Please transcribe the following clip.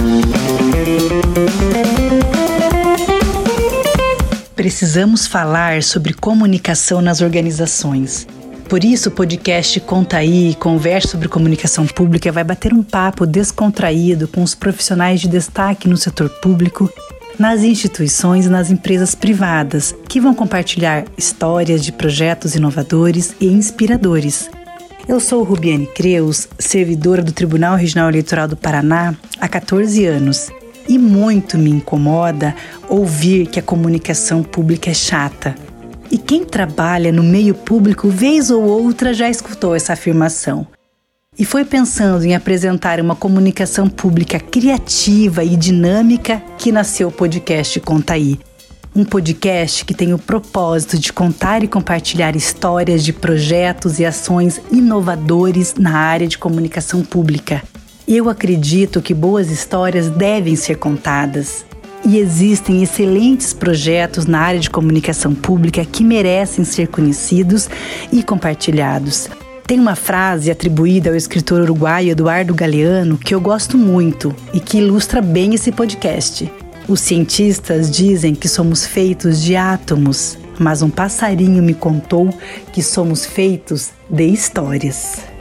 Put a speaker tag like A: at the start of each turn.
A: Precisamos falar sobre comunicação nas organizações. Por isso, o podcast Conta Aí, Conversa sobre Comunicação Pública, vai bater um papo descontraído com os profissionais de destaque no setor público, nas instituições e nas empresas privadas, que vão compartilhar histórias de projetos inovadores e inspiradores. Eu sou Rubiane Creus, servidora do Tribunal Regional Eleitoral do Paraná há 14 anos. E muito me incomoda ouvir que a comunicação pública é chata. E quem trabalha no meio público, vez ou outra, já escutou essa afirmação. E foi pensando em apresentar uma comunicação pública criativa e dinâmica que nasceu o podcast Conta Aí. Um podcast que tem o propósito de contar e compartilhar histórias de projetos e ações inovadores na área de comunicação pública. Eu acredito que boas histórias devem ser contadas. E existem excelentes projetos na área de comunicação pública que merecem ser conhecidos e compartilhados. Tem uma frase atribuída ao escritor uruguaio Eduardo Galeano que eu gosto muito e que ilustra bem esse podcast. Os cientistas dizem que somos feitos de átomos, mas um passarinho me contou que somos feitos de histórias.